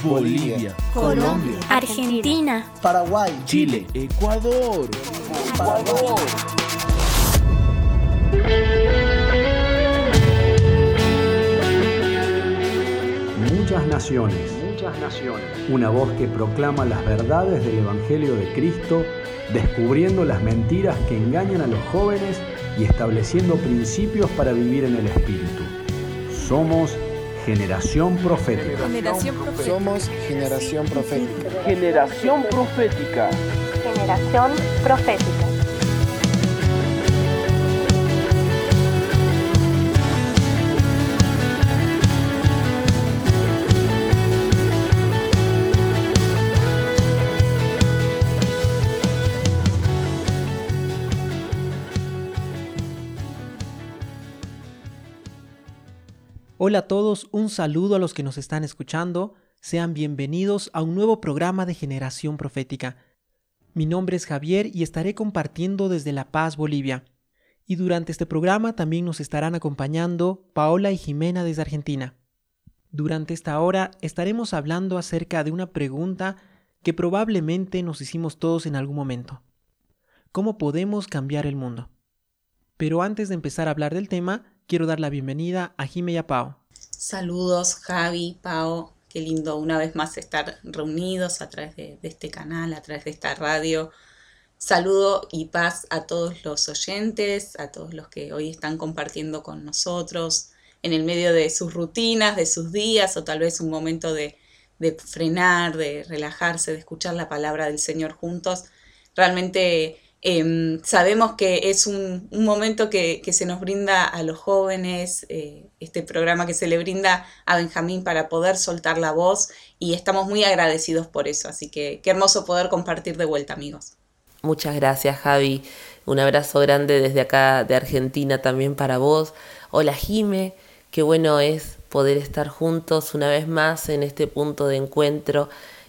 Bolivia, Colombia, Argentina, Paraguay, Chile, Ecuador. Muchas naciones. Una voz que proclama las verdades del Evangelio de Cristo, descubriendo las mentiras que engañan a los jóvenes y estableciendo principios para vivir en el Espíritu. Somos Generación Profética. Somos Generación Profética. Generación Profética. Generación Profética. Hola a todos, un saludo a los que nos están escuchando. Sean bienvenidos a un nuevo programa de Generación Profética. Mi nombre es Javier y estaré compartiendo desde La Paz, Bolivia. Y durante este programa también nos estarán acompañando Paola y Jimena desde Argentina. Durante esta hora estaremos hablando acerca de una pregunta que probablemente nos hicimos todos en algún momento. ¿Cómo podemos cambiar el mundo? Pero antes de empezar a hablar del tema, quiero dar la bienvenida a Jime y a Pao. Saludos Javi, Pao, qué lindo una vez más estar reunidos a través de este canal, a través de esta radio. Saludo y paz a todos los oyentes, a todos los que hoy están compartiendo con nosotros en el medio de sus rutinas, de sus días o tal vez un momento de frenar, de relajarse, de escuchar la palabra del Señor juntos. Realmente sabemos que es un momento que se nos brinda a los jóvenes, este programa que se le brinda a Benjamín para poder soltar la voz y estamos muy agradecidos por eso, así que qué hermoso poder compartir de vuelta, amigos. Muchas gracias, Javi. Un abrazo grande desde acá de Argentina también para vos. Hola, Jime. Qué bueno es poder estar juntos una vez más en este punto de encuentro.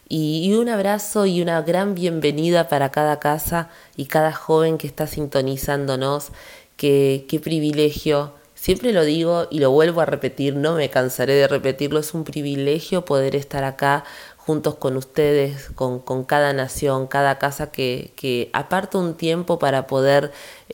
Y un abrazo y una gran bienvenida para cada casa y cada joven que está sintonizándonos. Qué privilegio. Siempre lo digo y lo vuelvo a repetir, no me cansaré de repetirlo. Es un privilegio poder estar acá juntos con ustedes, con cada nación, cada casa que aparta un tiempo para poder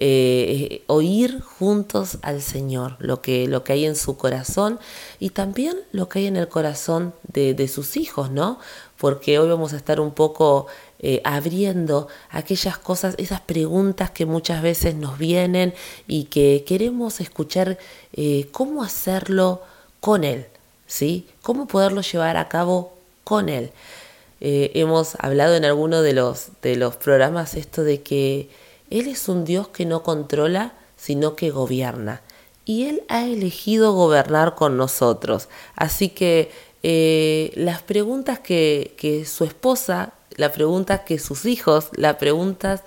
oír juntos al Señor, lo que hay en su corazón y también lo que hay en el corazón de sus hijos, ¿no? Porque hoy vamos a estar un poco abriendo aquellas cosas, esas preguntas que muchas veces nos vienen y que queremos escuchar cómo hacerlo con Él, ¿sí? Cómo poderlo llevar a cabo con Él. Hemos hablado en alguno de los programas esto de que Él es un Dios que no controla, sino que gobierna. Y Él ha elegido gobernar con nosotros. Así que las preguntas que su esposa, las preguntas que sus hijos, las preguntas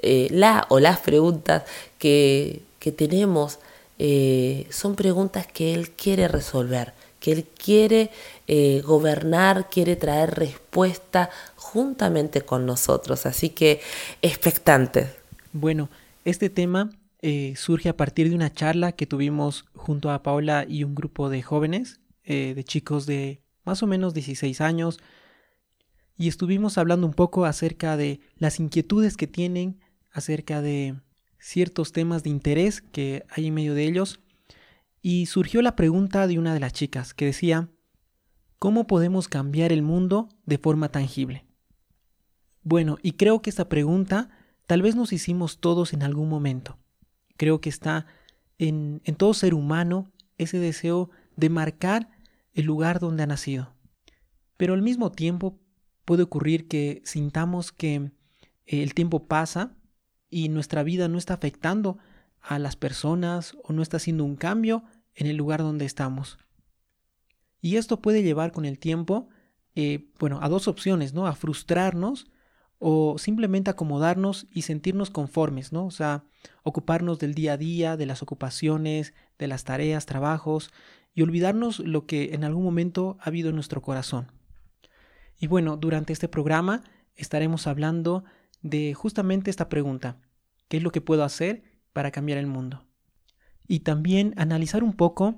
que tenemos son preguntas que Él quiere resolver, que Él quiere gobernar, quiere traer respuesta juntamente con nosotros. Así que expectantes. Bueno, este tema surge a partir de una charla que tuvimos junto a Paola y un grupo de jóvenes, de chicos de más o menos 16 años, y estuvimos hablando un poco acerca de las inquietudes que tienen, acerca de ciertos temas de interés que hay en medio de ellos, y surgió la pregunta de una de las chicas que decía: ¿cómo podemos cambiar el mundo de forma tangible? Bueno, y creo que esta pregunta tal vez nos hicimos todos en algún momento. Creo que está en todo ser humano ese deseo de marcar el lugar donde ha nacido. Pero al mismo tiempo puede ocurrir que sintamos que el tiempo pasa y nuestra vida no está afectando a las personas o no está haciendo un cambio en el lugar donde estamos. Y esto puede llevar con el tiempo a dos opciones, ¿no? A frustrarnos o simplemente acomodarnos y sentirnos conformes, ¿no? O sea, ocuparnos del día a día, de las ocupaciones, de las tareas, trabajos y olvidarnos lo que en algún momento ha habido en nuestro corazón. Y bueno, durante este programa estaremos hablando de justamente esta pregunta: ¿qué es lo que puedo hacer para cambiar el mundo? Y también analizar un poco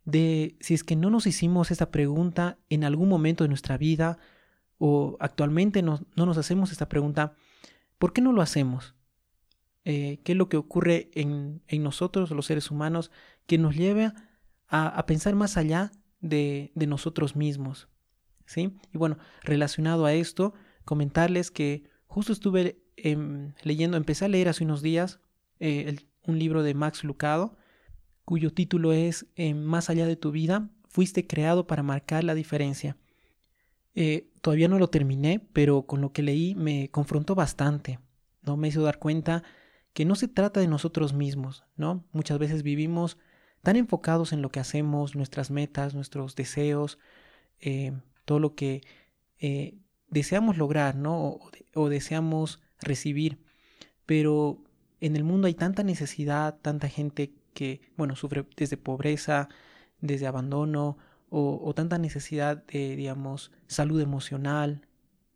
de si es que no nos hicimos esta pregunta en algún momento de nuestra vida o actualmente no nos hacemos esta pregunta, ¿por qué no lo hacemos? ¿Qué es lo que ocurre en nosotros, los seres humanos, que nos lleva a pensar más allá de nosotros mismos? ¿Sí? Y bueno, relacionado a esto, comentarles que justo estuve empecé a leer hace unos días un libro de Max Lucado, cuyo título es Más allá de tu vida, fuiste creado para marcar la diferencia. Todavía no lo terminé, pero con lo que leí me confrontó bastante, ¿no? Me hizo dar cuenta que no se trata de nosotros mismos, ¿no? Muchas veces vivimos tan enfocados en lo que hacemos, nuestras metas, nuestros deseos, todo lo que deseamos lograr, ¿no? O deseamos recibir. Pero en el mundo hay tanta necesidad, tanta gente que, bueno, sufre desde pobreza, desde abandono, o tanta necesidad de, digamos, salud emocional.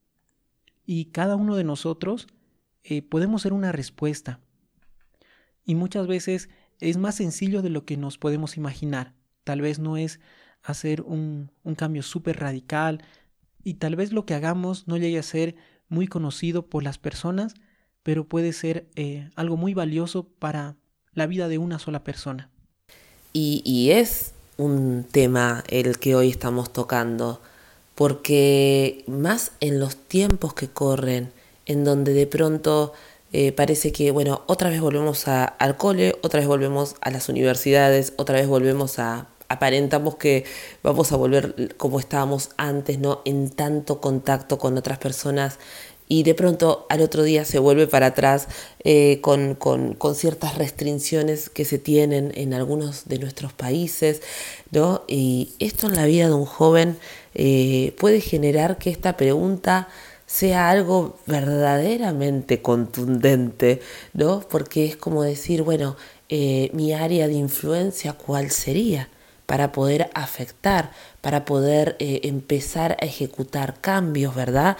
Y cada uno de nosotros podemos ser una respuesta. Y muchas veces es más sencillo de lo que nos podemos imaginar. Tal vez no es hacer un cambio súper radical y tal vez lo que hagamos no llegue a ser muy conocido por las personas, pero puede ser algo muy valioso para la vida de una sola persona. Y es un tema el que hoy estamos tocando, porque más en los tiempos que corren, en donde de pronto parece que, bueno, otra vez volvemos al cole, otra vez volvemos a las universidades, otra vez volvemos aparentamos que vamos a volver como estábamos antes, ¿no? En tanto contacto con otras personas, y de pronto al otro día se vuelve para atrás con ciertas restricciones que se tienen en algunos de nuestros países, ¿no? Y esto en la vida de un joven puede generar que esta pregunta sea algo verdaderamente contundente, ¿no? Porque es como decir, bueno, mi área de influencia, ¿cuál sería? Para poder afectar, para poder empezar a ejecutar cambios, ¿verdad?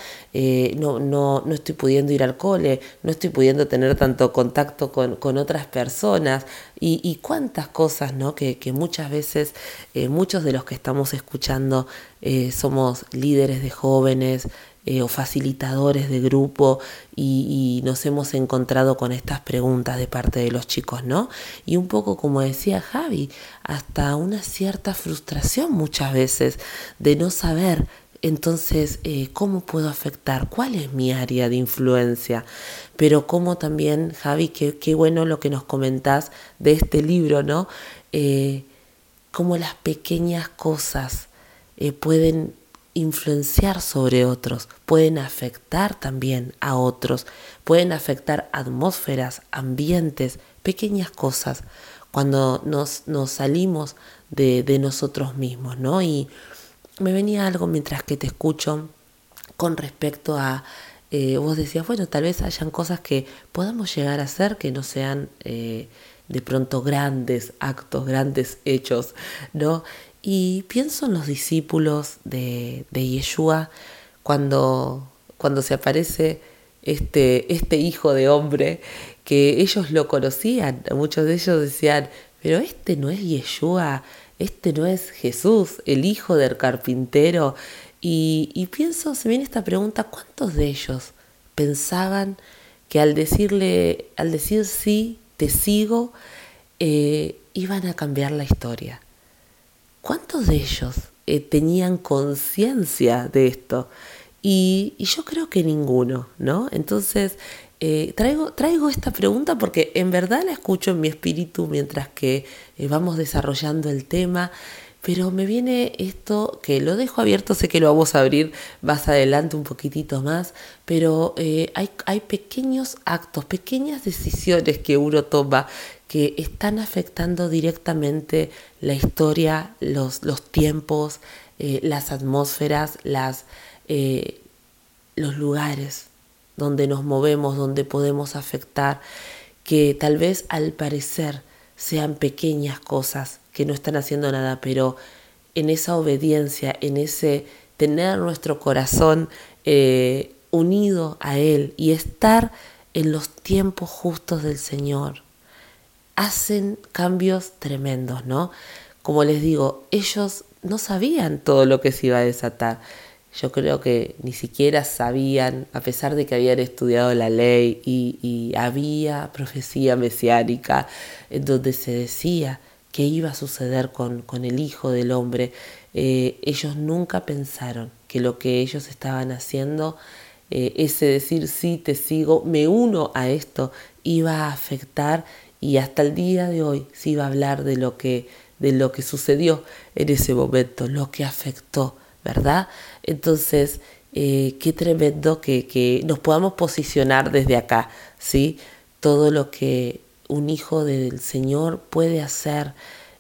No estoy pudiendo ir al cole, no estoy pudiendo tener tanto contacto con otras personas y cuántas cosas, ¿no? Que muchas veces muchos de los que estamos escuchando somos líderes de jóvenes, o facilitadores de grupo y nos hemos encontrado con estas preguntas de parte de los chicos, ¿no? Y un poco como decía Javi, hasta una cierta frustración muchas veces de no saber entonces cómo puedo afectar, cuál es mi área de influencia, pero como también, Javi, qué bueno lo que nos comentás de este libro, ¿no? Cómo las pequeñas cosas pueden influenciar sobre otros, pueden afectar también a otros, pueden afectar atmósferas, ambientes, pequeñas cosas cuando nos salimos de nosotros mismos, ¿no? Y me venía algo mientras que te escucho con respecto a, vos decías, bueno, tal vez hayan cosas que podamos llegar a hacer que no sean de pronto grandes actos, grandes hechos, ¿no? Y pienso en los discípulos de Yeshua cuando se aparece este hijo de hombre, que ellos lo conocían. Muchos de ellos decían, pero este no es Yeshua, este no es Jesús, el hijo del carpintero. Y pienso, se viene esta pregunta, ¿cuántos de ellos pensaban que al decir sí, te sigo, iban a cambiar la historia? ¿Cuántos de ellos tenían conciencia de esto? Y yo creo que ninguno, ¿no? Entonces, traigo esta pregunta porque en verdad la escucho en mi espíritu mientras que vamos desarrollando el tema, pero me viene esto que lo dejo abierto, sé que lo vamos a abrir más adelante un poquitito más, pero hay pequeños actos, pequeñas decisiones que uno toma que están afectando directamente la historia, los tiempos, las atmósferas, los lugares donde nos movemos, donde podemos afectar, que tal vez al parecer sean pequeñas cosas que no están haciendo nada, pero en esa obediencia, en ese tener nuestro corazón unido a Él y estar en los tiempos justos del Señor, hacen cambios tremendos, ¿no? como les digo, ellos no sabían todo lo que se iba a desatar. Yo creo que ni siquiera sabían, a pesar de que habían estudiado la ley y había profecía mesiánica en donde se decía qué iba a suceder con el Hijo del Hombre, ellos nunca pensaron que lo que ellos estaban haciendo, ese decir sí, te sigo, me uno a esto, iba a afectar, y hasta el día de hoy se iba a hablar de lo que sucedió en ese momento, lo que afectó, ¿verdad? Entonces, qué tremendo que nos podamos posicionar desde acá, ¿sí? Todo lo que un hijo del Señor puede hacer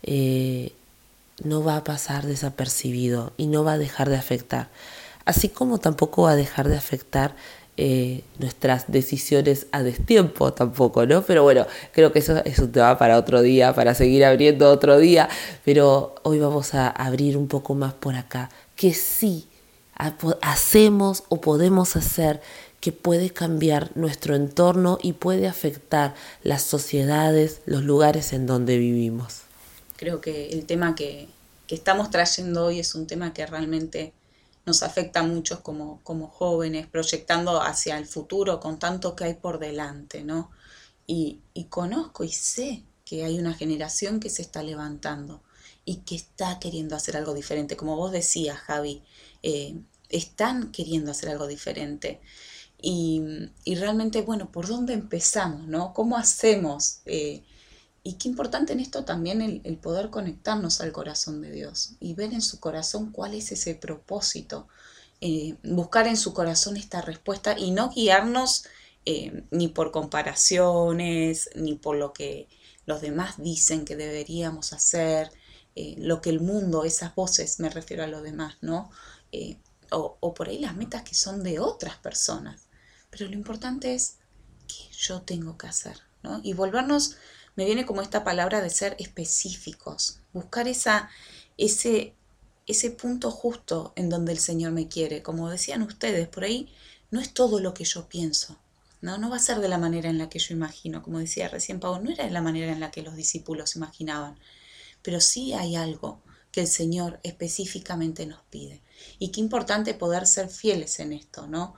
no va a pasar desapercibido y no va a dejar de afectar. Así como tampoco va a dejar de afectar nuestras decisiones a destiempo tampoco, ¿no? Pero bueno, creo que eso es un tema para otro día, para seguir abriendo otro día, pero hoy vamos a abrir un poco más por acá, que sí hacemos o podemos hacer, que puede cambiar nuestro entorno y puede afectar las sociedades, los lugares en donde vivimos. Creo que el tema que estamos trayendo hoy es un tema que realmente nos afecta a muchos como jóvenes, proyectando hacia el futuro con tanto que hay por delante, ¿no? Y conozco y sé que hay una generación que se está levantando y que está queriendo hacer algo diferente. Como vos decías, Javi, están queriendo hacer algo diferente. Y realmente, bueno, ¿por dónde empezamos, no? ¿Cómo hacemos? Y qué importante en esto también el poder conectarnos al corazón de Dios y ver en su corazón cuál es ese propósito, buscar en su corazón esta respuesta y no guiarnos ni por comparaciones, ni por lo que los demás dicen que deberíamos hacer, lo que el mundo, esas voces, me refiero a los demás, ¿no? O por ahí las metas que son de otras personas. Pero lo importante es qué yo tengo que hacer, ¿no? Y volvernos, me viene como esta palabra de ser específicos, buscar ese punto justo en donde el Señor me quiere. Como decían ustedes, por ahí no es todo lo que yo pienso, no va a ser de la manera en la que yo imagino. Como decía recién Pau, no era de la manera en la que los discípulos imaginaban, pero sí hay algo que el Señor específicamente nos pide. Y qué importante poder ser fieles en esto, ¿no?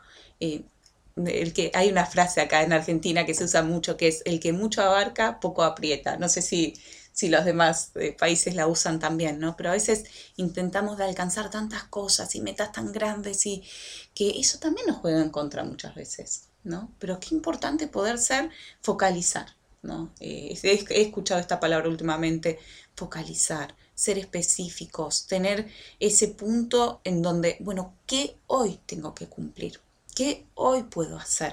Hay una frase acá en Argentina que se usa mucho, que es: el que mucho abarca, poco aprieta. No sé si los demás países la usan también, ¿no? Pero a veces intentamos de alcanzar tantas cosas y metas tan grandes y que eso también nos juega en contra muchas veces, ¿no? Pero qué importante poder focalizar, ¿no? He escuchado esta palabra últimamente, focalizar, ser específicos, tener ese punto en donde, bueno, ¿qué hoy tengo que cumplir? ¿Qué hoy puedo hacer?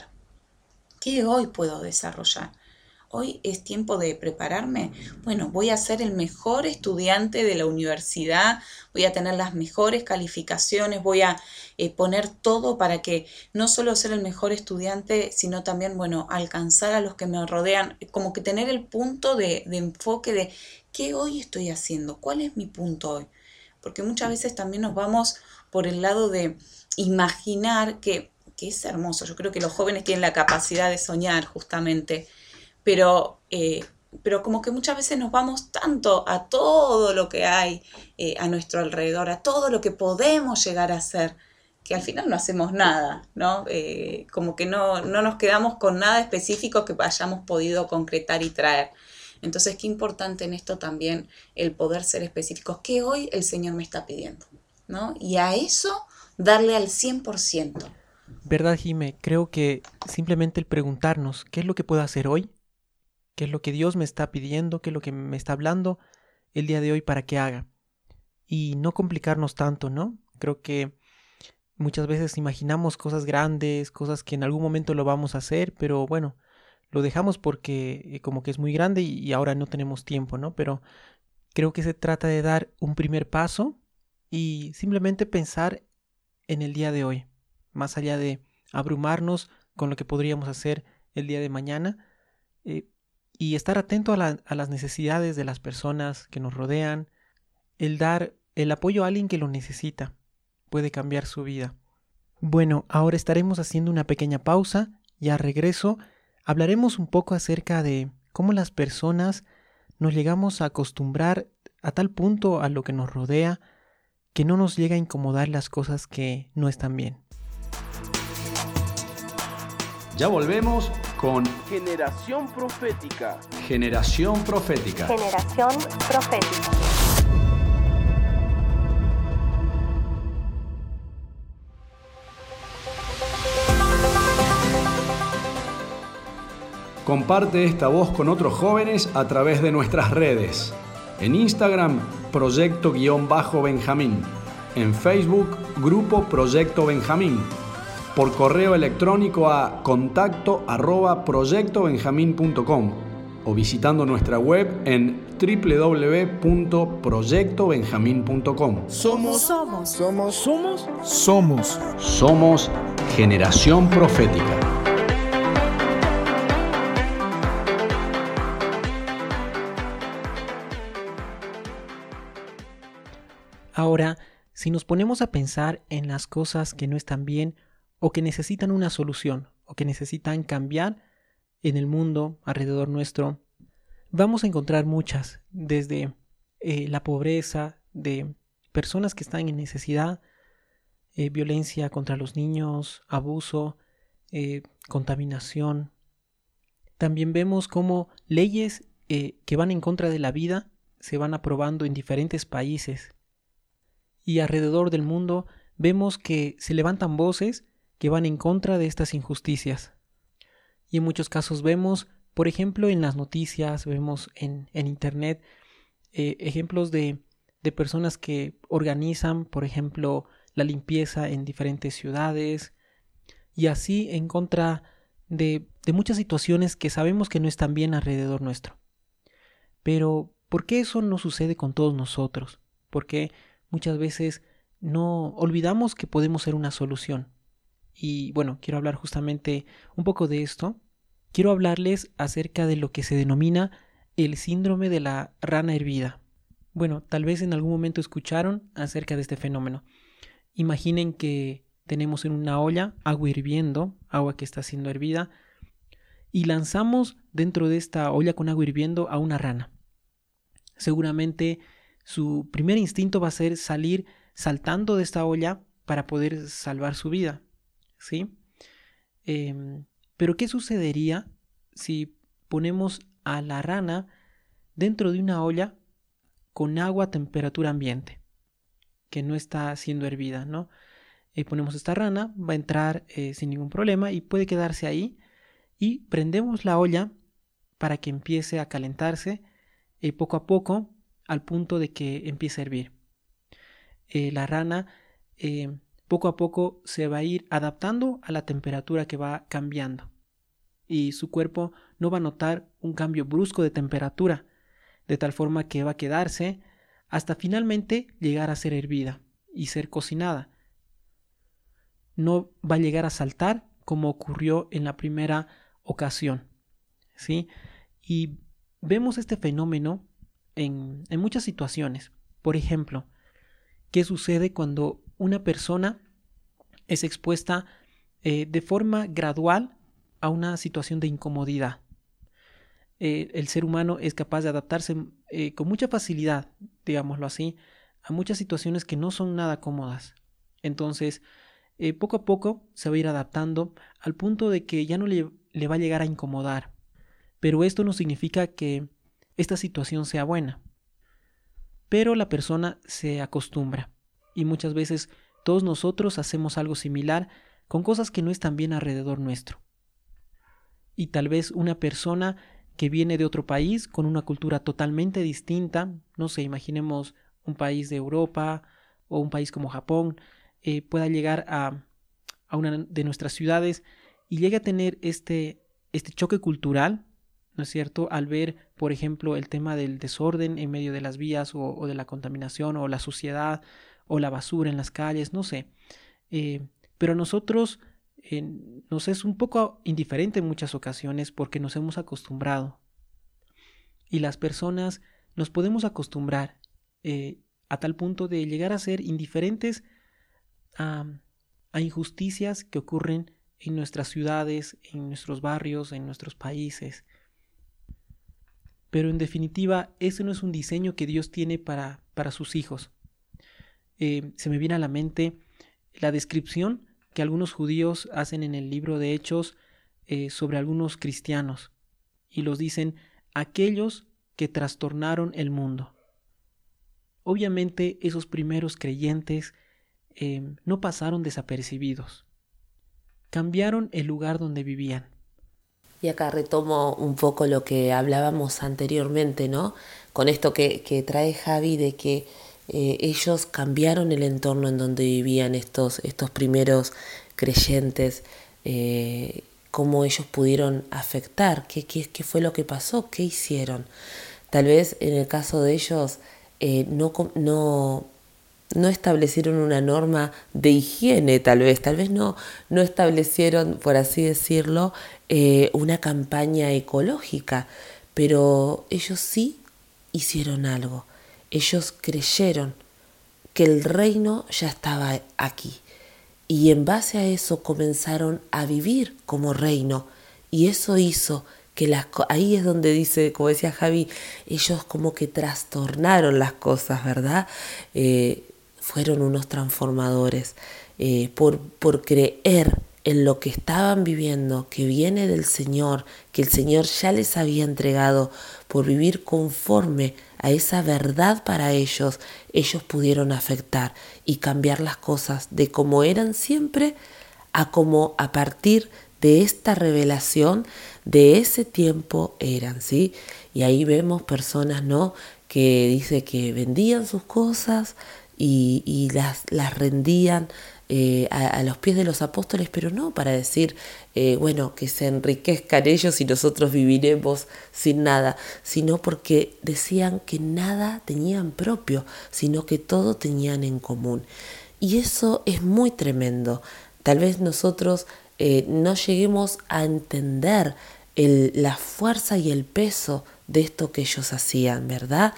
¿Qué hoy puedo desarrollar? Hoy es tiempo de prepararme. Bueno, voy a ser el mejor estudiante de la universidad, voy a tener las mejores calificaciones, voy a poner todo para que no solo ser el mejor estudiante, sino también, bueno, alcanzar a los que me rodean, como que tener el punto de enfoque de qué hoy estoy haciendo, cuál es mi punto hoy. Porque muchas veces también nos vamos por el lado de imaginar que es hermoso. Yo creo que los jóvenes tienen la capacidad de soñar justamente, pero como que muchas veces nos vamos tanto a todo lo que hay a nuestro alrededor, a todo lo que podemos llegar a hacer, que al final no hacemos nada, ¿no? Como que no nos quedamos con nada específico que hayamos podido concretar y traer. Entonces, qué importante en esto también el poder ser específicos, que hoy el Señor me está pidiendo, ¿no? Y a eso darle al 100%. ¿Verdad, Jime? Creo que simplemente el preguntarnos qué es lo que puedo hacer hoy, qué es lo que Dios me está pidiendo, qué es lo que me está hablando el día de hoy para que haga. Y no complicarnos tanto, ¿no? Creo que muchas veces imaginamos cosas grandes, cosas que en algún momento lo vamos a hacer, pero bueno, lo dejamos porque como que es muy grande y ahora no tenemos tiempo, ¿no? Pero creo que se trata de dar un primer paso y simplemente pensar en el día de hoy, más allá de abrumarnos con lo que podríamos hacer el día de mañana, y estar atento a las necesidades de las personas que nos rodean. El dar el apoyo a alguien que lo necesita puede cambiar su vida. Bueno, ahora estaremos haciendo una pequeña pausa y al regreso hablaremos un poco acerca de cómo las personas nos llegamos a acostumbrar a tal punto a lo que nos rodea que no nos llega a incomodar las cosas que no están bien. Ya volvemos con Generación Profética. Generación Profética. Generación Profética. Comparte esta voz con otros jóvenes a través de nuestras redes. En Instagram, Proyecto-Benjamín. En Facebook, Grupo Proyecto Benjamín. Por correo electrónico a contacto@proyectobenjamín.com o visitando nuestra web en www.proyectobenjamín.com. Somos Generación Profética. Ahora, si nos ponemos a pensar en las cosas que no están bien o que necesitan una solución o que necesitan cambiar en el mundo alrededor nuestro, vamos a encontrar muchas, desde la pobreza, de personas que están en necesidad, violencia contra los niños, abuso, contaminación. También vemos cómo leyes que van en contra de la vida se van aprobando en diferentes países. Y alrededor del mundo vemos que se levantan voces que van en contra de estas injusticias. Y en muchos casos vemos, por ejemplo, en las noticias, vemos en internet, ejemplos de personas que organizan, por ejemplo, la limpieza en diferentes ciudades, y así en contra de muchas situaciones que sabemos que no están bien alrededor nuestro. Pero, ¿por qué eso no sucede con todos nosotros? ¿Por qué muchas veces no olvidamos que podemos ser una solución? Y bueno, quiero hablar justamente un poco de esto. Quiero hablarles acerca de lo que se denomina el síndrome de la rana hervida. Bueno, tal vez en algún momento escucharon acerca de este fenómeno. Imaginen que tenemos en una olla agua hirviendo, agua que está siendo hervida, y lanzamos dentro de esta olla con agua hirviendo a una rana. Seguramente su primer instinto va a ser salir saltando de esta olla para poder salvar su vida, ¿sí? Pero ¿qué sucedería si ponemos a la rana dentro de una olla con agua a temperatura ambiente, que no está siendo hervida, ¿no? Ponemos esta rana, va a entrar sin ningún problema y puede quedarse ahí, y prendemos la olla para que empiece a calentarse poco a poco, al punto de que empiece a hervir. La rana poco a poco se va a ir adaptando a la temperatura que va cambiando, y su cuerpo no va a notar un cambio brusco de temperatura, de tal forma que va a quedarse hasta finalmente llegar a ser hervida y ser cocinada. No va a llegar a saltar como ocurrió en la primera ocasión, ¿sí? Y vemos este fenómeno en muchas situaciones. Por ejemplo, ¿qué sucede cuando una persona es expuesta de forma gradual a una situación de incomodidad? El ser humano es capaz de adaptarse con mucha facilidad, digámoslo así, a muchas situaciones que no son nada cómodas. Entonces, poco a poco se va a ir adaptando al punto de que ya no le va a llegar a incomodar. Pero esto no significa que esta situación sea buena. Pero la persona se acostumbra, y muchas veces todos nosotros hacemos algo similar con cosas que no están bien alrededor nuestro. Y tal vez una persona que viene de otro país con una cultura totalmente distinta, no sé, imaginemos un país de Europa o un país como Japón, pueda llegar a una de nuestras ciudades y llegue a tener este choque cultural, ¿no es cierto?, al ver, por ejemplo, el tema del desorden en medio de las vías, o de la contaminación, o la suciedad, o la basura en las calles, no sé. Pero a nosotros nos es un poco indiferente en muchas ocasiones porque nos hemos acostumbrado. Y las personas nos podemos acostumbrar a tal punto de llegar a ser indiferentes a injusticias que ocurren en nuestras ciudades, en nuestros barrios, en nuestros países. pero en definitiva ese no es un diseño que Dios tiene para sus hijos. Se me viene a la mente la descripción que algunos judíos hacen en el libro de Hechos sobre algunos cristianos, y los dicen aquellos que trastornaron el mundo. Obviamente esos primeros creyentes no pasaron desapercibidos, cambiaron el lugar donde vivían. Y acá retomo un poco lo que hablábamos anteriormente, ¿no? Con esto que trae Javi de que ellos cambiaron el entorno en donde vivían estos primeros creyentes, cómo ellos pudieron afectar, qué fue lo que pasó, qué hicieron. Tal vez en el caso de ellos no establecieron una norma de higiene, tal vez no establecieron, por así decirlo, una campaña ecológica, pero ellos sí hicieron algo. Ellos creyeron que el reino ya estaba aquí y en base a eso comenzaron a vivir como reino, y eso hizo que ahí es donde dice, como decía Javi, ellos como que trastornaron las cosas, ¿verdad? Fueron unos transformadores por creer en lo que estaban viviendo, que viene del Señor, que el Señor ya les había entregado, por vivir conforme a esa verdad para ellos pudieron afectar y cambiar las cosas de como eran siempre a como a partir de esta revelación de ese tiempo eran, ¿sí? Y ahí vemos personas, ¿no?, que dice que vendían sus cosas y las rendían a los pies de los apóstoles, pero no para decir, que se enriquezcan ellos y nosotros viviremos sin nada, sino porque decían que nada tenían propio, sino que todo tenían en común. Y eso es muy tremendo. Tal vez nosotros no lleguemos a entender la fuerza y el peso de esto que ellos hacían, ¿verdad?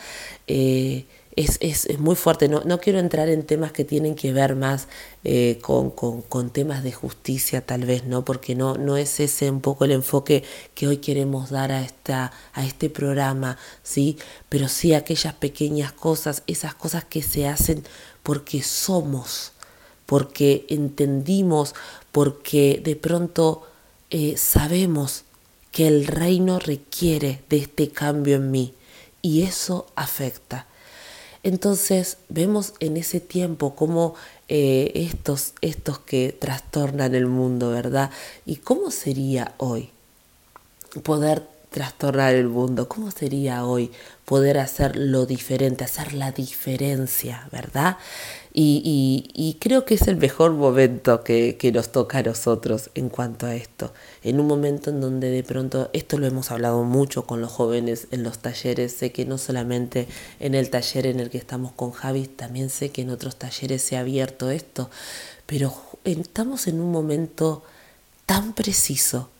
Es muy fuerte. No quiero entrar en temas que tienen que ver más con temas de justicia, tal vez, ¿no? Porque no es ese un poco el enfoque que hoy queremos dar a este programa, ¿sí? Pero sí aquellas pequeñas cosas, esas cosas que se hacen porque somos, porque entendimos, porque de pronto sabemos que el reino requiere de este cambio en mí, y eso afecta. Entonces vemos en ese tiempo cómo estos que trastornan el mundo, ¿verdad? ¿Y cómo sería hoy poder trastornar el mundo? ¿Cómo sería hoy poder hacer lo diferente, hacer la diferencia, ¿verdad? Y creo que es el mejor momento que nos toca a nosotros en cuanto a esto. En un momento en donde de pronto, esto lo hemos hablado mucho con los jóvenes en los talleres, sé que no solamente en el taller en el que estamos con Javi, también sé que en otros talleres se ha abierto esto, pero estamos en un momento tan preciso.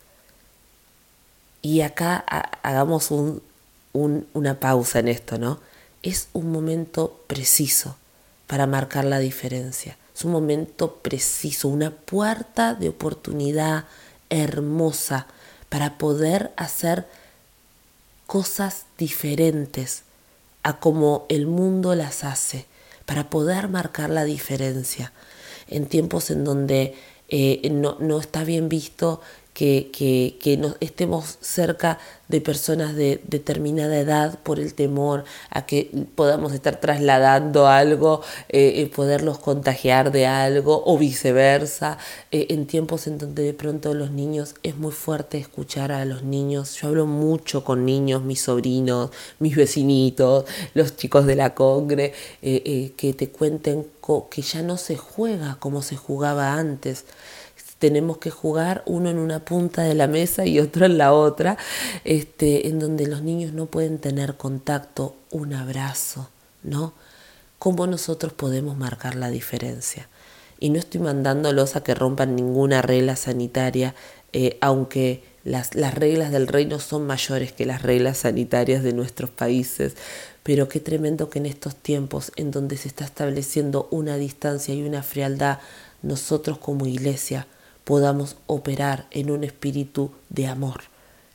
Y acá hagamos una pausa en esto, ¿no? Es un momento preciso para marcar la diferencia. Es un momento preciso, una puerta de oportunidad hermosa para poder hacer cosas diferentes a como el mundo las hace, para poder marcar la diferencia. En tiempos en donde no está bien visto que no estemos cerca de personas de determinada edad por el temor a que podamos estar trasladando algo, poderlos contagiar de algo o viceversa. En tiempos en donde de pronto los niños, es muy fuerte escuchar a los niños. Yo hablo mucho con niños, mis sobrinos, mis vecinitos, los chicos de la congre, que te cuenten que ya no se juega como se jugaba antes. Tenemos que jugar uno en una punta de la mesa y otro en la otra, en donde los niños no pueden tener contacto, un abrazo, ¿no? ¿Cómo nosotros podemos marcar la diferencia? Y no estoy mandándolos a que rompan ninguna regla sanitaria, aunque las reglas del reino son mayores que las reglas sanitarias de nuestros países. Pero qué tremendo que en estos tiempos en donde se está estableciendo una distancia y una frialdad, nosotros como iglesia podamos operar en un espíritu de amor,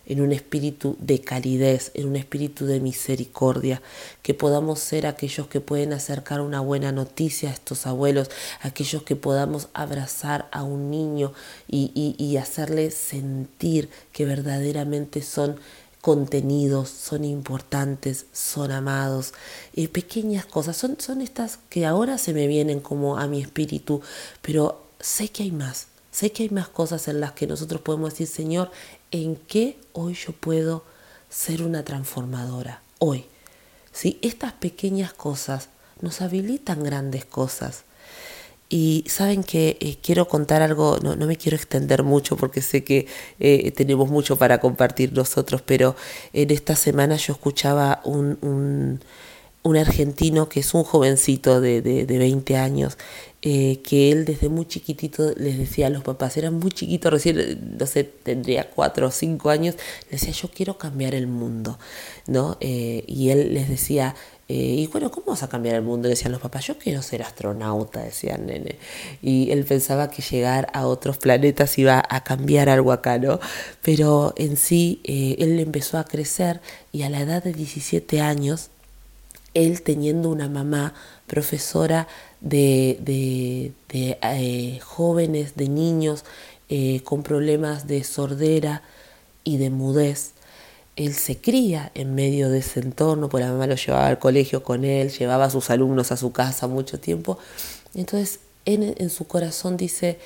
en un espíritu de calidez, en un espíritu de misericordia, que podamos ser aquellos que pueden acercar una buena noticia a estos abuelos, aquellos que podamos abrazar a un niño y hacerle sentir que verdaderamente son contenidos, son importantes, son amados. Pequeñas cosas, son estas que ahora se me vienen como a mi espíritu, pero sé que hay más. Sé que hay más cosas en las que nosotros podemos decir, Señor, ¿en qué hoy yo puedo ser una transformadora? Hoy. ¿Sí? Estas pequeñas cosas nos habilitan grandes cosas. Y saben que quiero contar algo, no me quiero extender mucho porque sé que tenemos mucho para compartir nosotros, pero en esta semana yo escuchaba un argentino que es un jovencito de 20 años, que él desde muy chiquitito les decía a los papás, eran muy chiquitos, recién, no sé, tendría 4 o 5 años, les decía, yo quiero cambiar el mundo, ¿no? Y él les decía, y bueno, ¿cómo vas a cambiar el mundo? Decían los papás, yo quiero ser astronauta, decían nene. Y él pensaba que llegar a otros planetas iba a cambiar algo acá, ¿no? Pero en sí, él empezó a crecer y a la edad de 17 años, él teniendo una mamá profesora de jóvenes, de niños con problemas de sordera y de mudez, él se cría en medio de ese entorno, porque la mamá lo llevaba al colegio con él, llevaba a sus alumnos a su casa mucho tiempo. Entonces, en su corazón dice,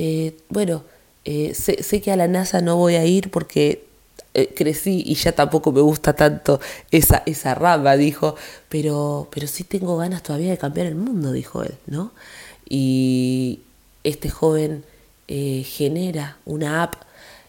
sé que a la NASA no voy a ir porque crecí y ya tampoco me gusta tanto esa rama, dijo, pero sí tengo ganas todavía de cambiar el mundo, dijo él, ¿no? Y este joven genera una app,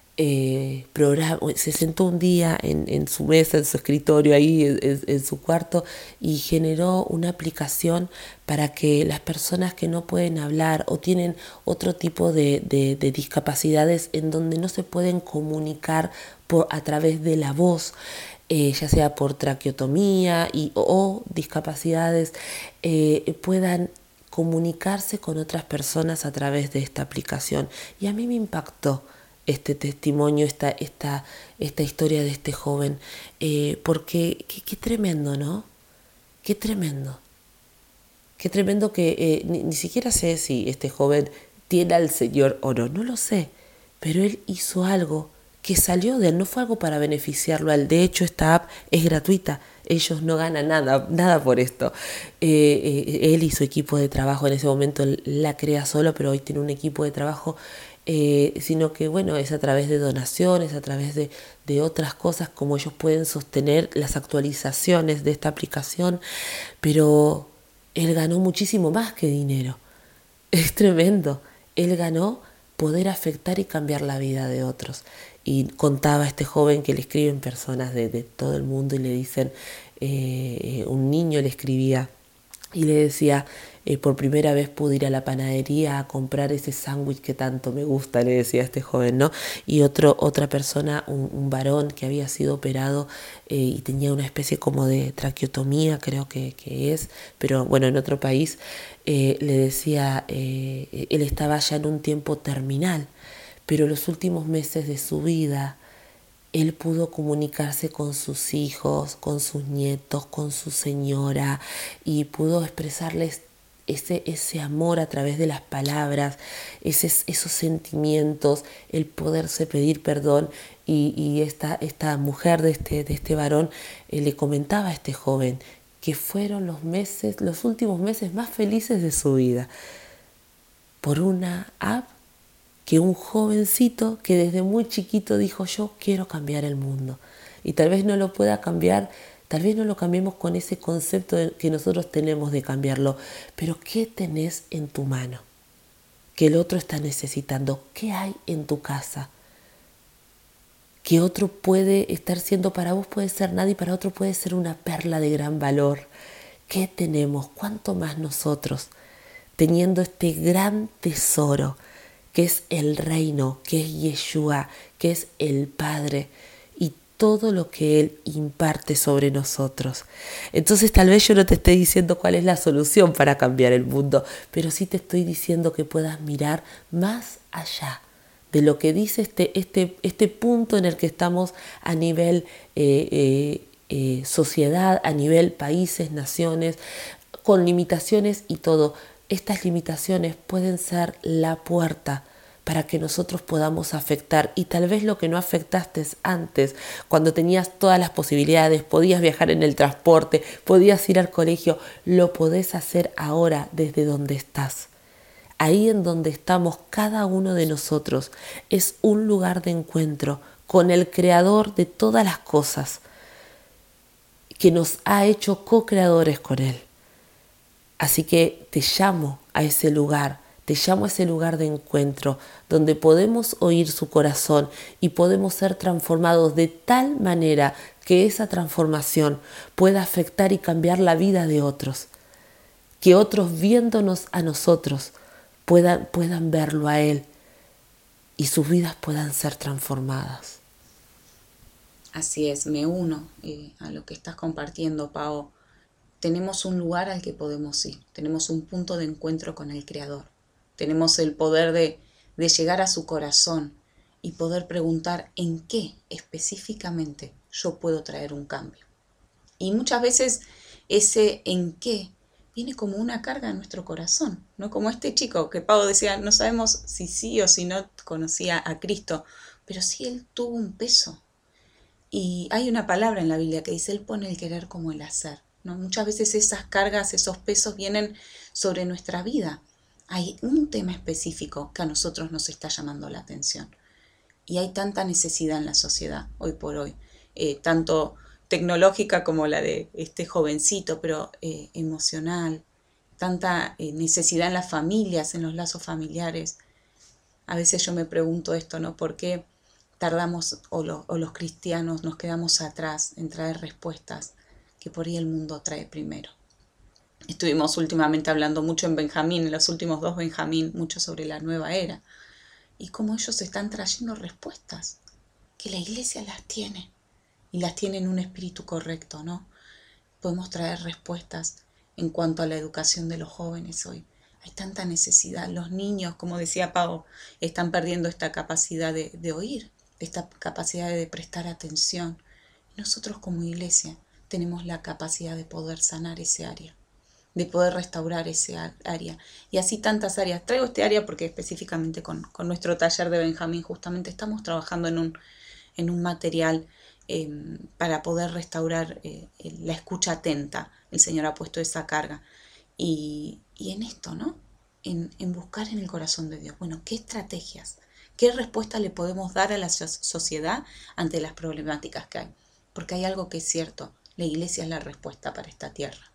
se sentó un día en su mesa, en su escritorio, ahí en su cuarto, y generó una aplicación para que las personas que no pueden hablar o tienen otro tipo de discapacidades en donde no se pueden comunicar a través de la voz, ya sea por traqueotomía o discapacidades, puedan comunicarse con otras personas a través de esta aplicación. Y a mí me impactó este testimonio, esta historia de este joven, porque qué tremendo, ¿no? Qué tremendo. Qué tremendo que ni siquiera sé si este joven tiene al Señor o no lo sé, pero él hizo algo que salió de él, no fue algo para beneficiarlo a él. De hecho, esta app es gratuita, ellos no ganan nada por esto. Él y su equipo de trabajo, en ese momento él la crea solo, pero hoy tiene un equipo de trabajo, sino que bueno, es a través de donaciones, a través de otras cosas, como ellos pueden sostener las actualizaciones de esta aplicación, pero él ganó muchísimo más que dinero. Es tremendo. Él ganó poder afectar y cambiar la vida de otros. Y contaba este joven que le escriben personas de todo el mundo y le dicen, un niño le escribía y le decía, por primera vez pude ir a la panadería a comprar ese sándwich que tanto me gusta, le decía a este joven, ¿no? Y otra persona, un varón que había sido operado y tenía una especie como de traqueotomía, creo que es, pero bueno, en otro país, le decía, él estaba ya en un tiempo terminal, pero los últimos meses de su vida, él pudo comunicarse con sus hijos, con sus nietos, con su señora, y pudo expresarles ese amor a través de las palabras, esos sentimientos, el poderse pedir perdón. Y esta mujer de este varón le comentaba a este joven que fueron los últimos meses más felices de su vida, por una app que un jovencito que desde muy chiquito dijo, yo quiero cambiar el mundo. Y tal vez no lo pueda cambiar, tal vez no lo cambiemos con ese concepto que nosotros tenemos de cambiarlo, pero ¿qué tenés en tu mano que el otro está necesitando? ¿Qué hay en tu casa que otro puede estar siendo, para vos puede ser nada y para otro puede ser una perla de gran valor? ¿Qué tenemos? ¿Cuánto más nosotros teniendo este gran tesoro que es el reino, que es Yeshua, que es el Padre y todo lo que Él imparte sobre nosotros? Entonces tal vez yo no te esté diciendo cuál es la solución para cambiar el mundo, pero sí te estoy diciendo que puedas mirar más allá de lo que dice este punto en el que estamos a nivel sociedad, a nivel países, naciones, con limitaciones y todo. Estas limitaciones pueden ser la puerta para que nosotros podamos afectar, y tal vez lo que no afectaste antes, cuando tenías todas las posibilidades, podías viajar en el transporte, podías ir al colegio, lo podés hacer ahora desde donde estás. Ahí en donde estamos cada uno de nosotros es un lugar de encuentro con el Creador de todas las cosas, que nos ha hecho co-creadores con Él. Así que te llamo a ese lugar, te llamo a ese lugar de encuentro donde podemos oír su corazón y podemos ser transformados de tal manera que esa transformación pueda afectar y cambiar la vida de otros. Que otros viéndonos a nosotros puedan verlo a Él y sus vidas puedan ser transformadas. Así es, me uno a lo que estás compartiendo, Pao. Tenemos un lugar al que podemos ir, tenemos un punto de encuentro con el Creador, tenemos el poder de llegar a su corazón y poder preguntar en qué específicamente yo puedo traer un cambio. Y muchas veces ese en qué viene como una carga en nuestro corazón, ¿no? Como este chico que Pau decía, no sabemos si sí o si no conocía a Cristo, pero sí él tuvo un peso. Y hay una palabra en la Biblia que dice, Él pone el querer como el hacer, ¿no? Muchas veces esas cargas, esos pesos vienen sobre nuestra vida. Hay un tema específico que a nosotros nos está llamando la atención. Y hay tanta necesidad en la sociedad hoy por hoy, tanto tecnológica como la de este jovencito, pero emocional, tanta necesidad en las familias, en los lazos familiares. A veces yo me pregunto esto, ¿no? ¿Por qué tardamos o los cristianos nos quedamos atrás en traer respuestas que por ahí el mundo trae primero? Estuvimos últimamente hablando mucho en Benjamín, en los últimos 2 Benjamín, mucho sobre la nueva era, y cómo ellos están trayendo respuestas, que la iglesia las tiene, y las tiene en un espíritu correcto, ¿no? Podemos traer respuestas en cuanto a la educación de los jóvenes hoy. Hay tanta necesidad. Los niños, como decía Pau, están perdiendo esta capacidad de oír, esta capacidad de prestar atención. Nosotros como iglesia tenemos la capacidad de poder sanar ese área, de poder restaurar ese área. Y así tantas áreas. Traigo este área porque específicamente con nuestro taller de Benjamín justamente estamos trabajando en un material para poder restaurar la escucha atenta. El Señor ha puesto esa carga. Y en esto, ¿no? En buscar en el corazón de Dios. Bueno, ¿qué estrategias? ¿Qué respuesta le podemos dar a la sociedad ante las problemáticas que hay? Porque hay algo que es cierto. La iglesia es la respuesta para esta tierra.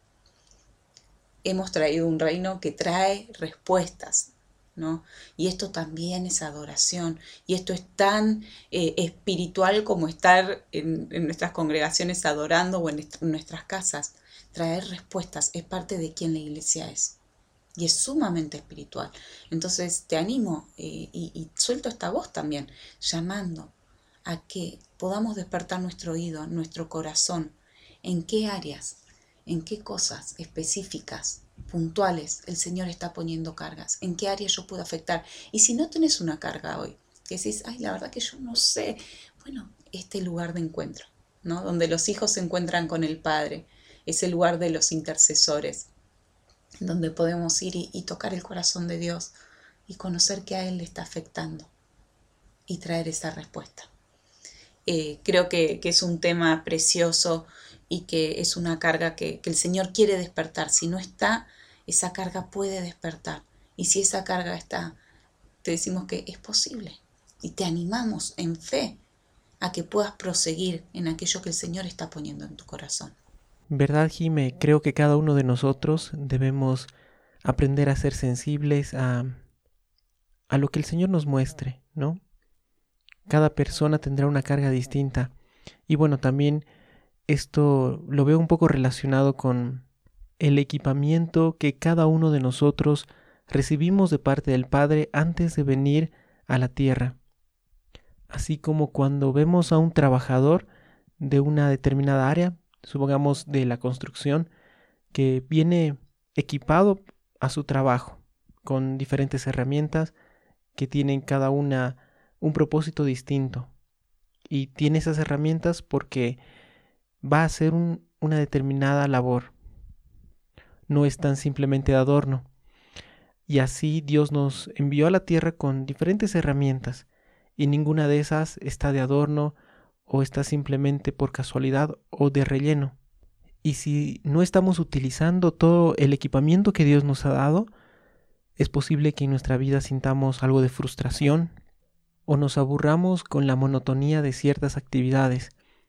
Hemos traído un reino que trae respuestas, ¿no? Y esto también es adoración. Y esto es tan espiritual como estar en nuestras congregaciones adorando o en nuestras casas. Traer respuestas es parte de quien la iglesia es. Y es sumamente espiritual. Entonces te animo y suelto esta voz también, llamando a que podamos despertar nuestro oído, nuestro corazón. ¿En qué áreas, en qué cosas específicas, puntuales, el Señor está poniendo cargas? ¿En qué áreas yo puedo afectar? Y si no tenés una carga hoy, que decís, ay, la verdad que yo no sé. Bueno, este lugar de encuentro, ¿no? Donde los hijos se encuentran con el Padre, es el lugar de los intercesores, donde podemos ir y tocar el corazón de Dios y conocer que a Él le está afectando y traer esa respuesta. Creo que es un tema precioso y que es una carga que el Señor quiere despertar. Si no está, esa carga puede despertar. Y si esa carga está, te decimos que es posible. Y te animamos en fe a que puedas proseguir en aquello que el Señor está poniendo en tu corazón. ¿Verdad, Jime? Creo que cada uno de nosotros debemos aprender a ser sensibles a lo que el Señor nos muestre, ¿no? Cada persona tendrá una carga distinta. Y bueno, también esto lo veo un poco relacionado con el equipamiento que cada uno de nosotros recibimos de parte del Padre antes de venir a la tierra. Así como cuando vemos a un trabajador de una determinada área, supongamos de la construcción, que viene equipado a su trabajo con diferentes herramientas que tienen cada una un propósito distinto. Y tiene esas herramientas porque va a hacer una determinada labor. No es tan simplemente de adorno. Y así Dios nos envió a la tierra con diferentes herramientas. Y ninguna de esas está de adorno o está simplemente por casualidad o de relleno. Y si no estamos utilizando todo el equipamiento que Dios nos ha dado, es posible que en nuestra vida sintamos algo de frustración o nos aburramos con la monotonía de ciertas actividades.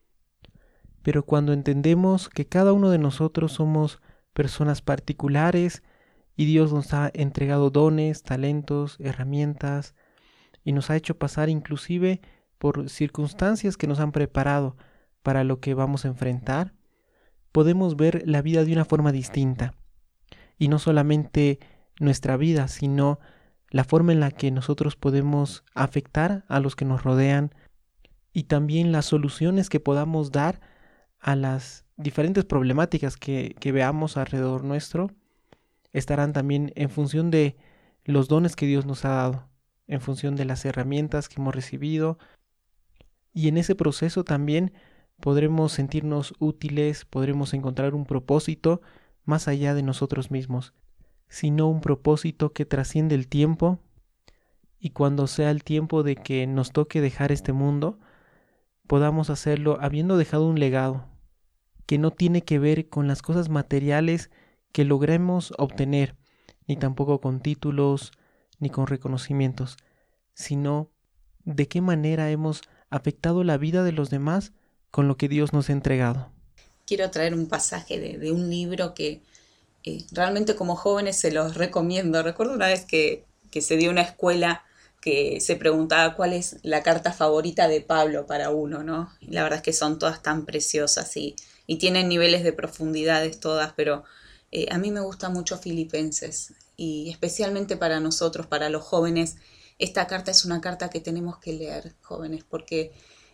Pero cuando entendemos que cada uno de nosotros somos personas particulares y Dios nos ha entregado dones, talentos, herramientas y nos ha hecho pasar inclusive por circunstancias que nos han preparado para lo que vamos a enfrentar, podemos ver la vida de una forma distinta. Y no solamente nuestra vida, sino la forma en la que nosotros podemos afectar a los que nos rodean y también las soluciones que podamos dar a las diferentes problemáticas que veamos alrededor nuestro, estarán también en función de los dones que Dios nos ha dado, en función de las herramientas que hemos recibido. Y en ese proceso también podremos sentirnos útiles, podremos encontrar un propósito más allá de nosotros mismos, sino un propósito que trasciende el tiempo, y cuando sea el tiempo de que nos toque dejar este mundo, podamos hacerlo habiendo dejado un legado que no tiene que ver con las cosas materiales que logremos obtener, ni tampoco con títulos, ni con reconocimientos, sino de qué manera hemos afectado la vida de los demás con lo que Dios nos ha entregado. Quiero traer un pasaje de un libro que realmente como jóvenes se los recomiendo. Recuerdo una vez que se dio una escuela que se preguntaba cuál es la carta favorita de Pablo para uno, ¿no? Y la verdad es que son todas tan preciosas y tienen niveles de profundidades todas, pero a mí me gusta mucho Filipenses, y especialmente para nosotros, para los jóvenes, esta carta es una carta que tenemos que leer, jóvenes, porque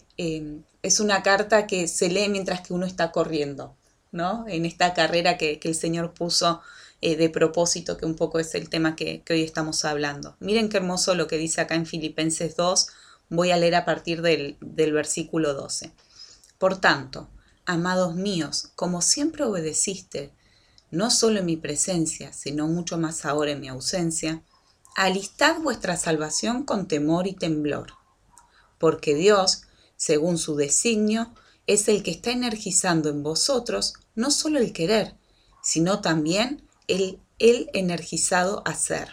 es una carta que se lee mientras que uno está corriendo, ¿no? En esta carrera que el Señor puso de propósito, que un poco es el tema que hoy estamos hablando. Miren qué hermoso lo que dice acá en Filipenses 2, voy a leer a partir del versículo 12. Por tanto, amados míos, como siempre obedeciste, no solo en mi presencia, sino mucho más ahora en mi ausencia, alistad vuestra salvación con temor y temblor, porque Dios, según su designio, es el que está energizando en vosotros no solo el querer, sino también el energizado hacer.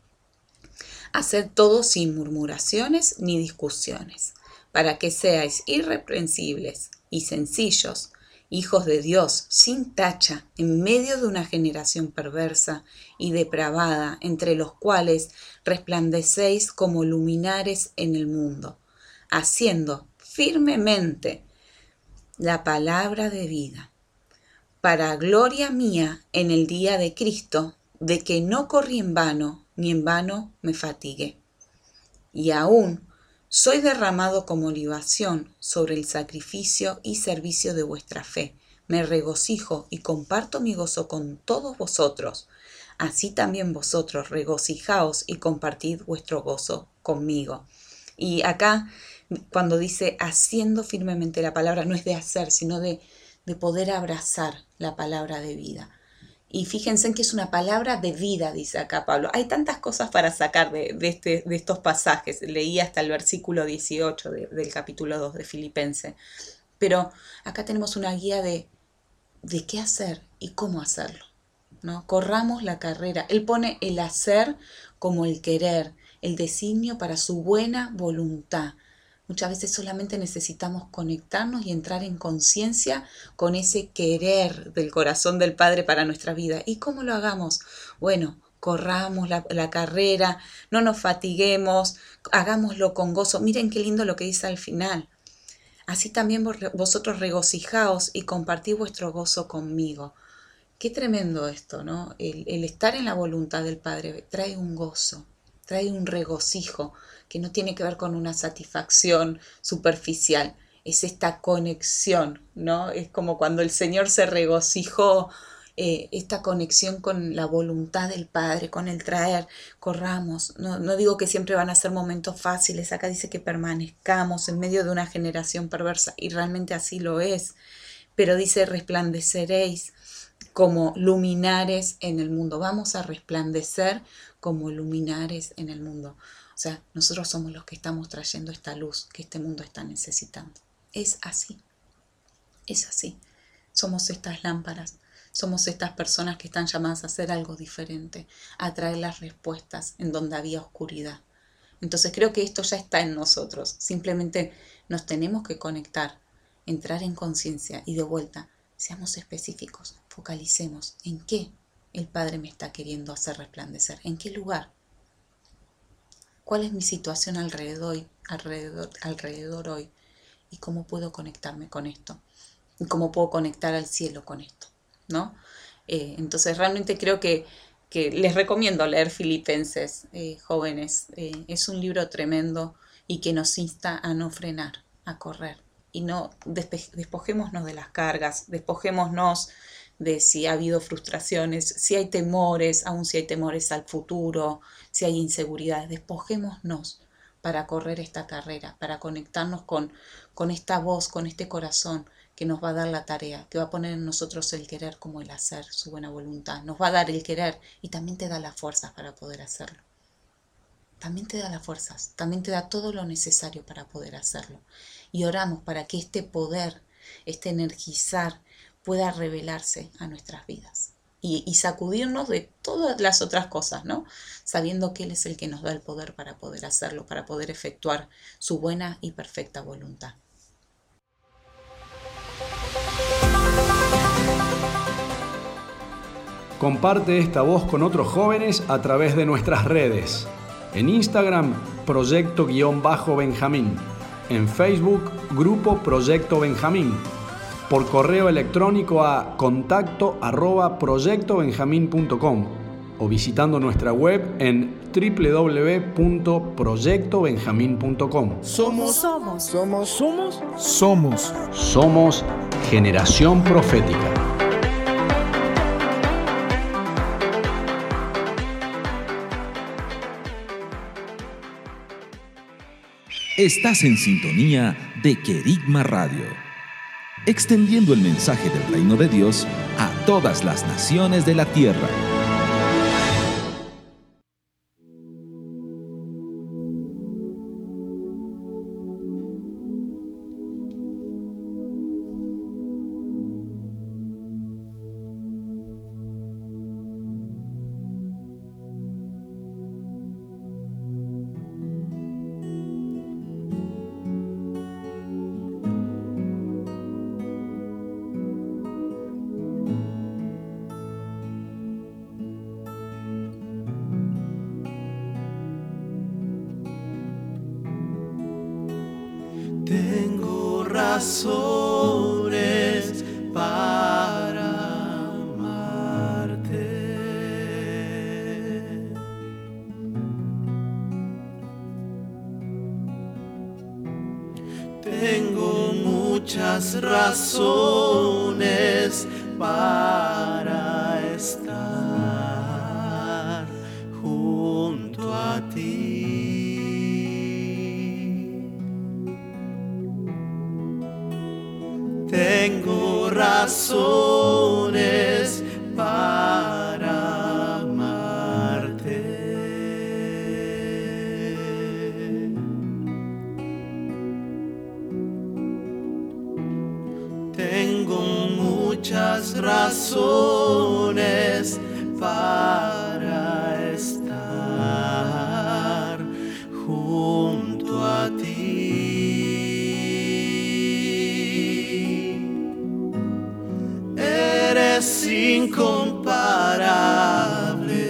Haced todo sin murmuraciones ni discusiones, para que seáis irreprensibles y sencillos, hijos de Dios sin tacha, en medio de una generación perversa y depravada, entre los cuales resplandecéis como luminares en el mundo, haciendo firmemente la palabra de vida, para gloria mía en el día de Cristo, de que no corrí en vano, ni en vano me fatigué. Y aún soy derramado como libación sobre el sacrificio y servicio de vuestra fe. Me regocijo y comparto mi gozo con todos vosotros. Así también vosotros regocijaos y compartid vuestro gozo conmigo. Y acá, cuando dice haciendo firmemente la palabra, no es de hacer, sino de poder abrazar la palabra de vida. Y fíjense en que es una palabra de vida, dice acá Pablo. Hay tantas cosas para sacar de estos pasajes. Leí hasta el versículo 18 del capítulo 2 de Filipenses. Pero acá tenemos una guía de qué hacer y cómo hacerlo, ¿no? Corramos la carrera. Él pone el hacer como el querer, el designio para su buena voluntad. Muchas veces solamente necesitamos conectarnos y entrar en conciencia con ese querer del corazón del Padre para nuestra vida. ¿Y cómo lo hagamos? Bueno, corramos la carrera, no nos fatiguemos, hagámoslo con gozo. Miren qué lindo lo que dice al final. Así también vosotros regocijaos y compartid vuestro gozo conmigo. Qué tremendo esto, ¿no? El estar en la voluntad del Padre trae un gozo, trae un regocijo que no tiene que ver con una satisfacción superficial. Es esta conexión, ¿no? Es como cuando el Señor se regocijó esta conexión con la voluntad del Padre, con el traer, corramos. No digo que siempre van a ser momentos fáciles, acá dice que permanezcamos en medio de una generación perversa, y realmente así lo es, pero dice resplandeceréis como luminares en el mundo. Vamos a resplandecer como luminares en el mundo. O sea, nosotros somos los que estamos trayendo esta luz que este mundo está necesitando. Es así, es así. Somos estas lámparas, somos estas personas que están llamadas a hacer algo diferente, a traer las respuestas en donde había oscuridad. Entonces creo que esto ya está en nosotros. Simplemente nos tenemos que conectar, entrar en conciencia y de vuelta, seamos específicos, focalicemos en qué el Padre me está queriendo hacer resplandecer, en qué lugar. ¿Cuál es mi situación alrededor hoy? ¿Y cómo puedo conectarme con esto? ¿Y cómo puedo conectar al cielo con esto? ¿No? Entonces realmente creo que les recomiendo leer Filipenses, jóvenes. Es un libro tremendo y que nos insta a no frenar, a correr. Y no despojémonos de las cargas, despojémonos de si ha habido frustraciones, si hay temores, aun si hay temores al futuro, si hay inseguridades, despojémonos para correr esta carrera, para conectarnos con esta voz, con este corazón que nos va a dar la tarea, que va a poner en nosotros el querer como el hacer, su buena voluntad. Nos va a dar el querer y también te da las fuerzas para poder hacerlo. También te da las fuerzas, también te da todo lo necesario para poder hacerlo. Y oramos para que este poder, este energizar, pueda revelarse a nuestras vidas y sacudirnos de todas las otras cosas, ¿no? Sabiendo que Él es el que nos da el poder para poder hacerlo, para poder efectuar su buena y perfecta voluntad. Comparte esta voz con otros jóvenes a través de nuestras redes. En Instagram, Proyecto-Benjamín. En Facebook, Grupo Proyecto Benjamín. Por correo electrónico a contacto@proyectobenjamín.com o visitando nuestra web en www.proyectobenjamín.com. Somos Generación Profética. Estás en sintonía de Querigma Radio, extendiendo el mensaje del reino de Dios a todas las naciones de la tierra. Tengo razones para amarte. Tengo muchas razones para estar junto a ti. Tengo razones para amarte. Tengo muchas razones para estar junto a ti. Eres incomparable,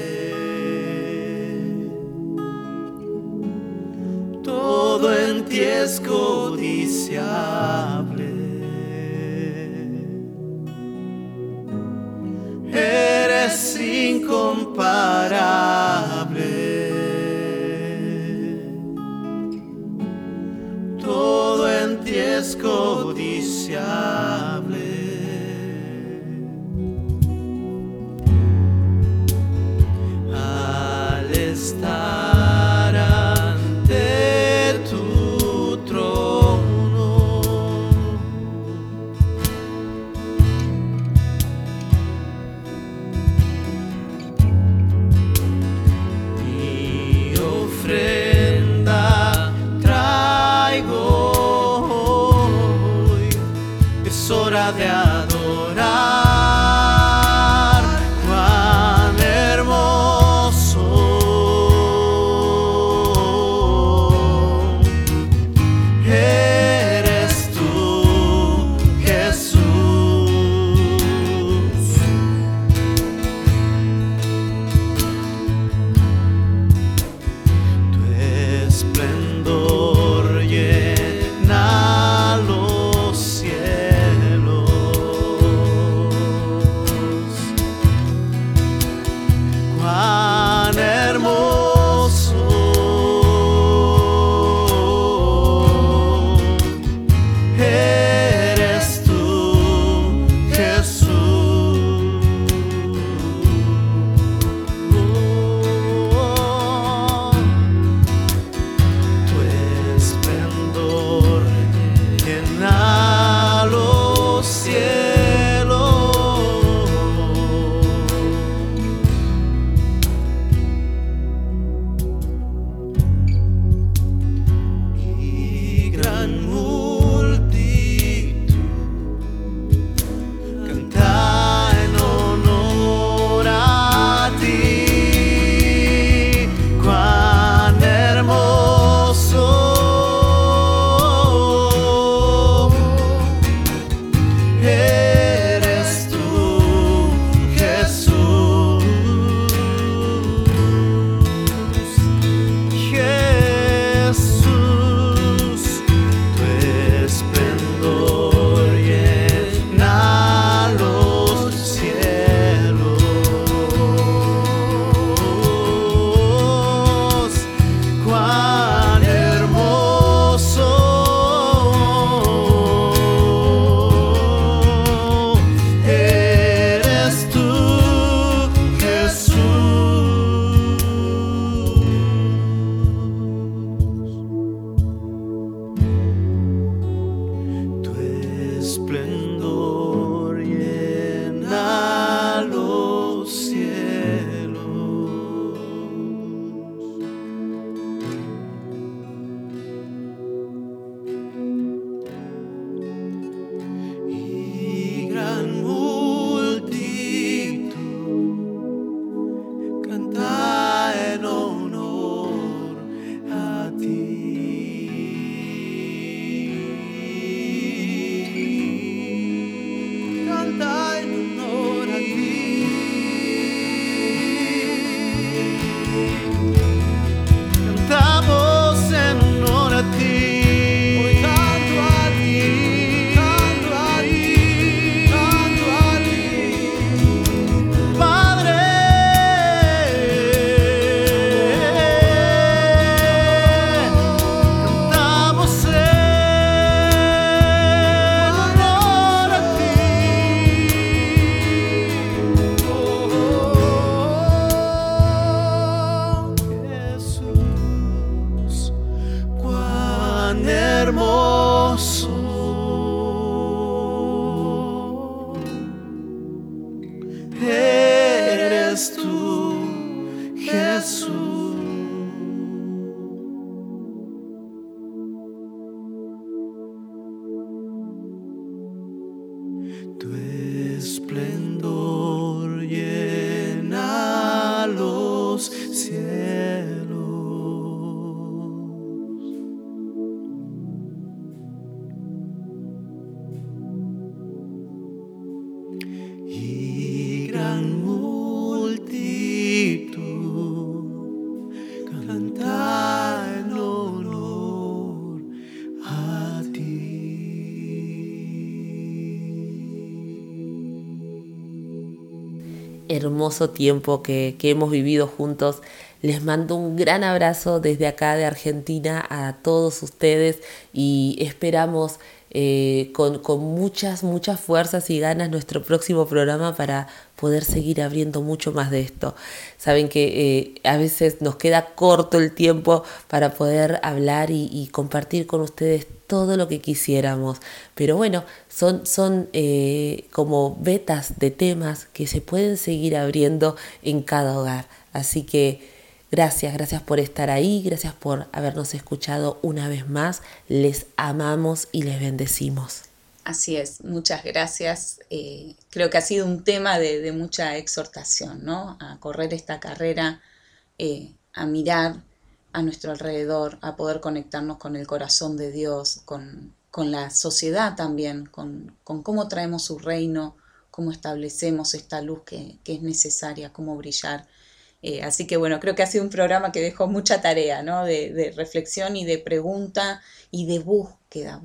todo en ti es codiciable. Eres incomparable, todo en ti es codiciable. ha de adorar. Cuán hermoso eres tú, Jesús. Tu esplendor llena los cielos. Cuán hermoso eres tú, Jesús. Tu esplendor llena los cielos. Y gran multitud canta en honor a ti. Cuán hermoso eres tú, Jesús. Jesús, tu esplendor llena los cielos. Cuán hermoso eres tú, Jesús. Tu esplendor llena los cielos. Y gran multitud canta en honor a ti. Canta en honor a ti. Cantamos en honor a ti. Hoy canto a ti, canto a ti, canto a ti. Padre, cantamos en honor a ti. Jesús, cuán hermoso eres tú, Jesús. Tu esplendor llena los cielos. Y gran multitud canta en honor a ti. Hermoso tiempo que hemos vivido juntos. Les mando un gran abrazo desde acá de Argentina a todos ustedes y esperamos con muchas fuerzas y ganas nuestro próximo programa para poder seguir abriendo mucho más de esto. Saben que a veces nos queda corto el tiempo para poder hablar y compartir con ustedes todo lo que quisiéramos, pero bueno, son como vetas de temas que se pueden seguir abriendo en cada hogar. Así que gracias por estar ahí, gracias por habernos escuchado una vez más. Les amamos y les bendecimos. Así es, muchas gracias. Creo que ha sido un tema de mucha exhortación, ¿no? A correr esta carrera, a mirar a nuestro alrededor, a poder conectarnos con el corazón de Dios, con la sociedad también, con cómo traemos su reino, cómo establecemos esta luz que es necesaria, cómo brillar. Así que bueno, creo que ha sido un programa que dejó mucha tarea, ¿no? De reflexión y de pregunta y de búsqueda.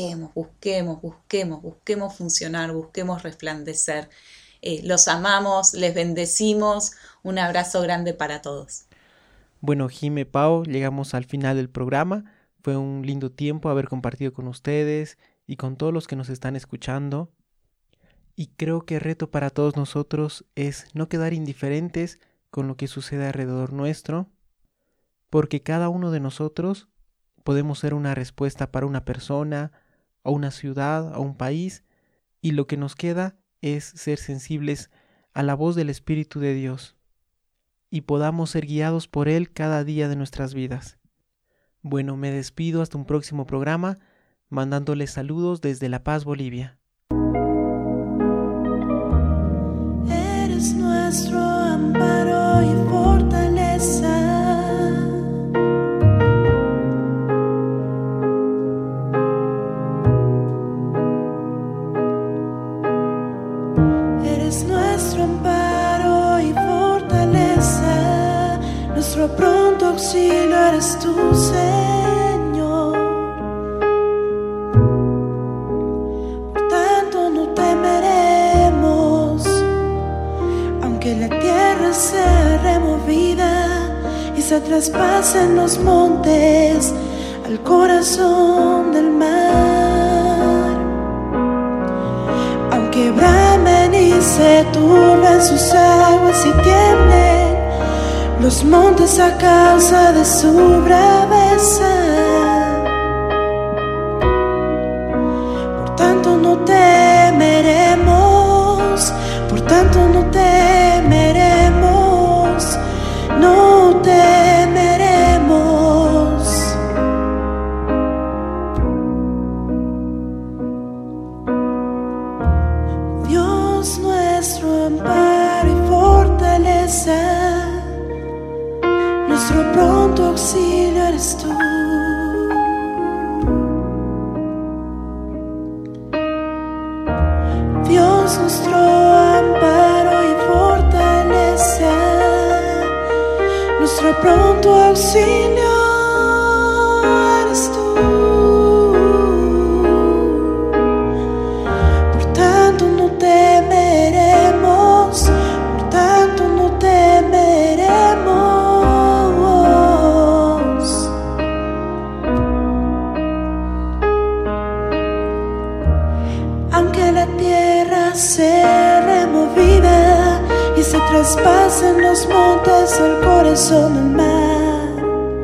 Busquemos funcionar, busquemos resplandecer. Los amamos, les bendecimos. Un abrazo grande para todos. Bueno, Jime, Pau, llegamos al final del programa. Fue un lindo tiempo haber compartido con ustedes y con todos los que nos están escuchando. Y creo que el reto para todos nosotros es no quedar indiferentes con lo que sucede alrededor nuestro, porque cada uno de nosotros podemos ser una respuesta para una persona, a una ciudad, a un país, y lo que nos queda es ser sensibles a la voz del Espíritu de Dios y podamos ser guiados por Él cada día de nuestras vidas. Bueno, me despido hasta un próximo programa, mandándoles saludos desde La Paz, Bolivia. Eres nuestro amparo y fortaleza. Eres nuestro amparo y fortaleza, nuestro pronto auxilio eres tú, Señor. Por tanto no temeremos, aunque la tierra sea removida y se traspasen los montes al corazón del mar, aunque bramen y se turben sus aguas y tiemblen los montes a causa de su braveza. Por tanto no temeremos, por tanto no temeremos, no temeremos. Dios nuestro amparo y fortaleza, nuestro pronto auxilio eres tú. Dios nuestro amparo y fortaleza, nuestro pronto auxilio eres tú. Por tanto no temeremos, por tanto no temeremos. Aunque la tierra sea removida y se traspasen los montes al corazón del mar,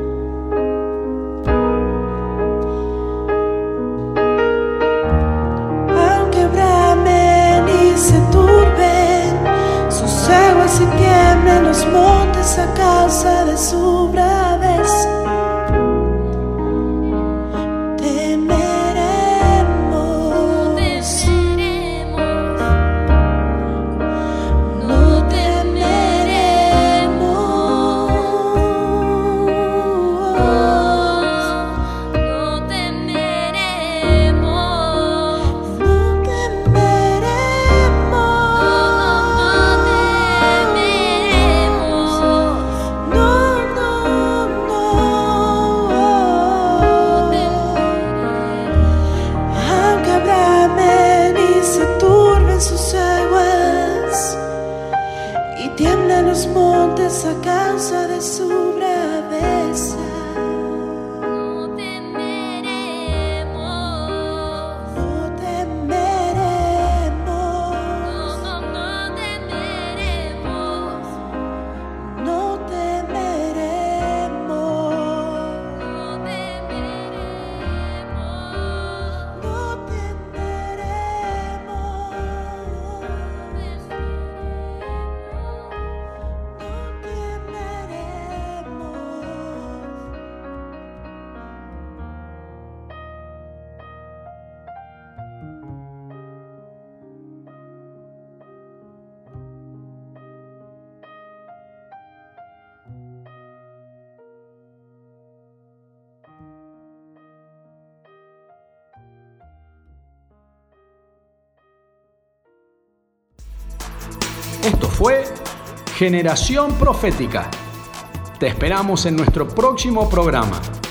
aunque bramen y se turben sus aguas y tiemblen los montes a causa de su braveza, no temeremos. Esto fue Generación Profética. Te esperamos en nuestro próximo programa.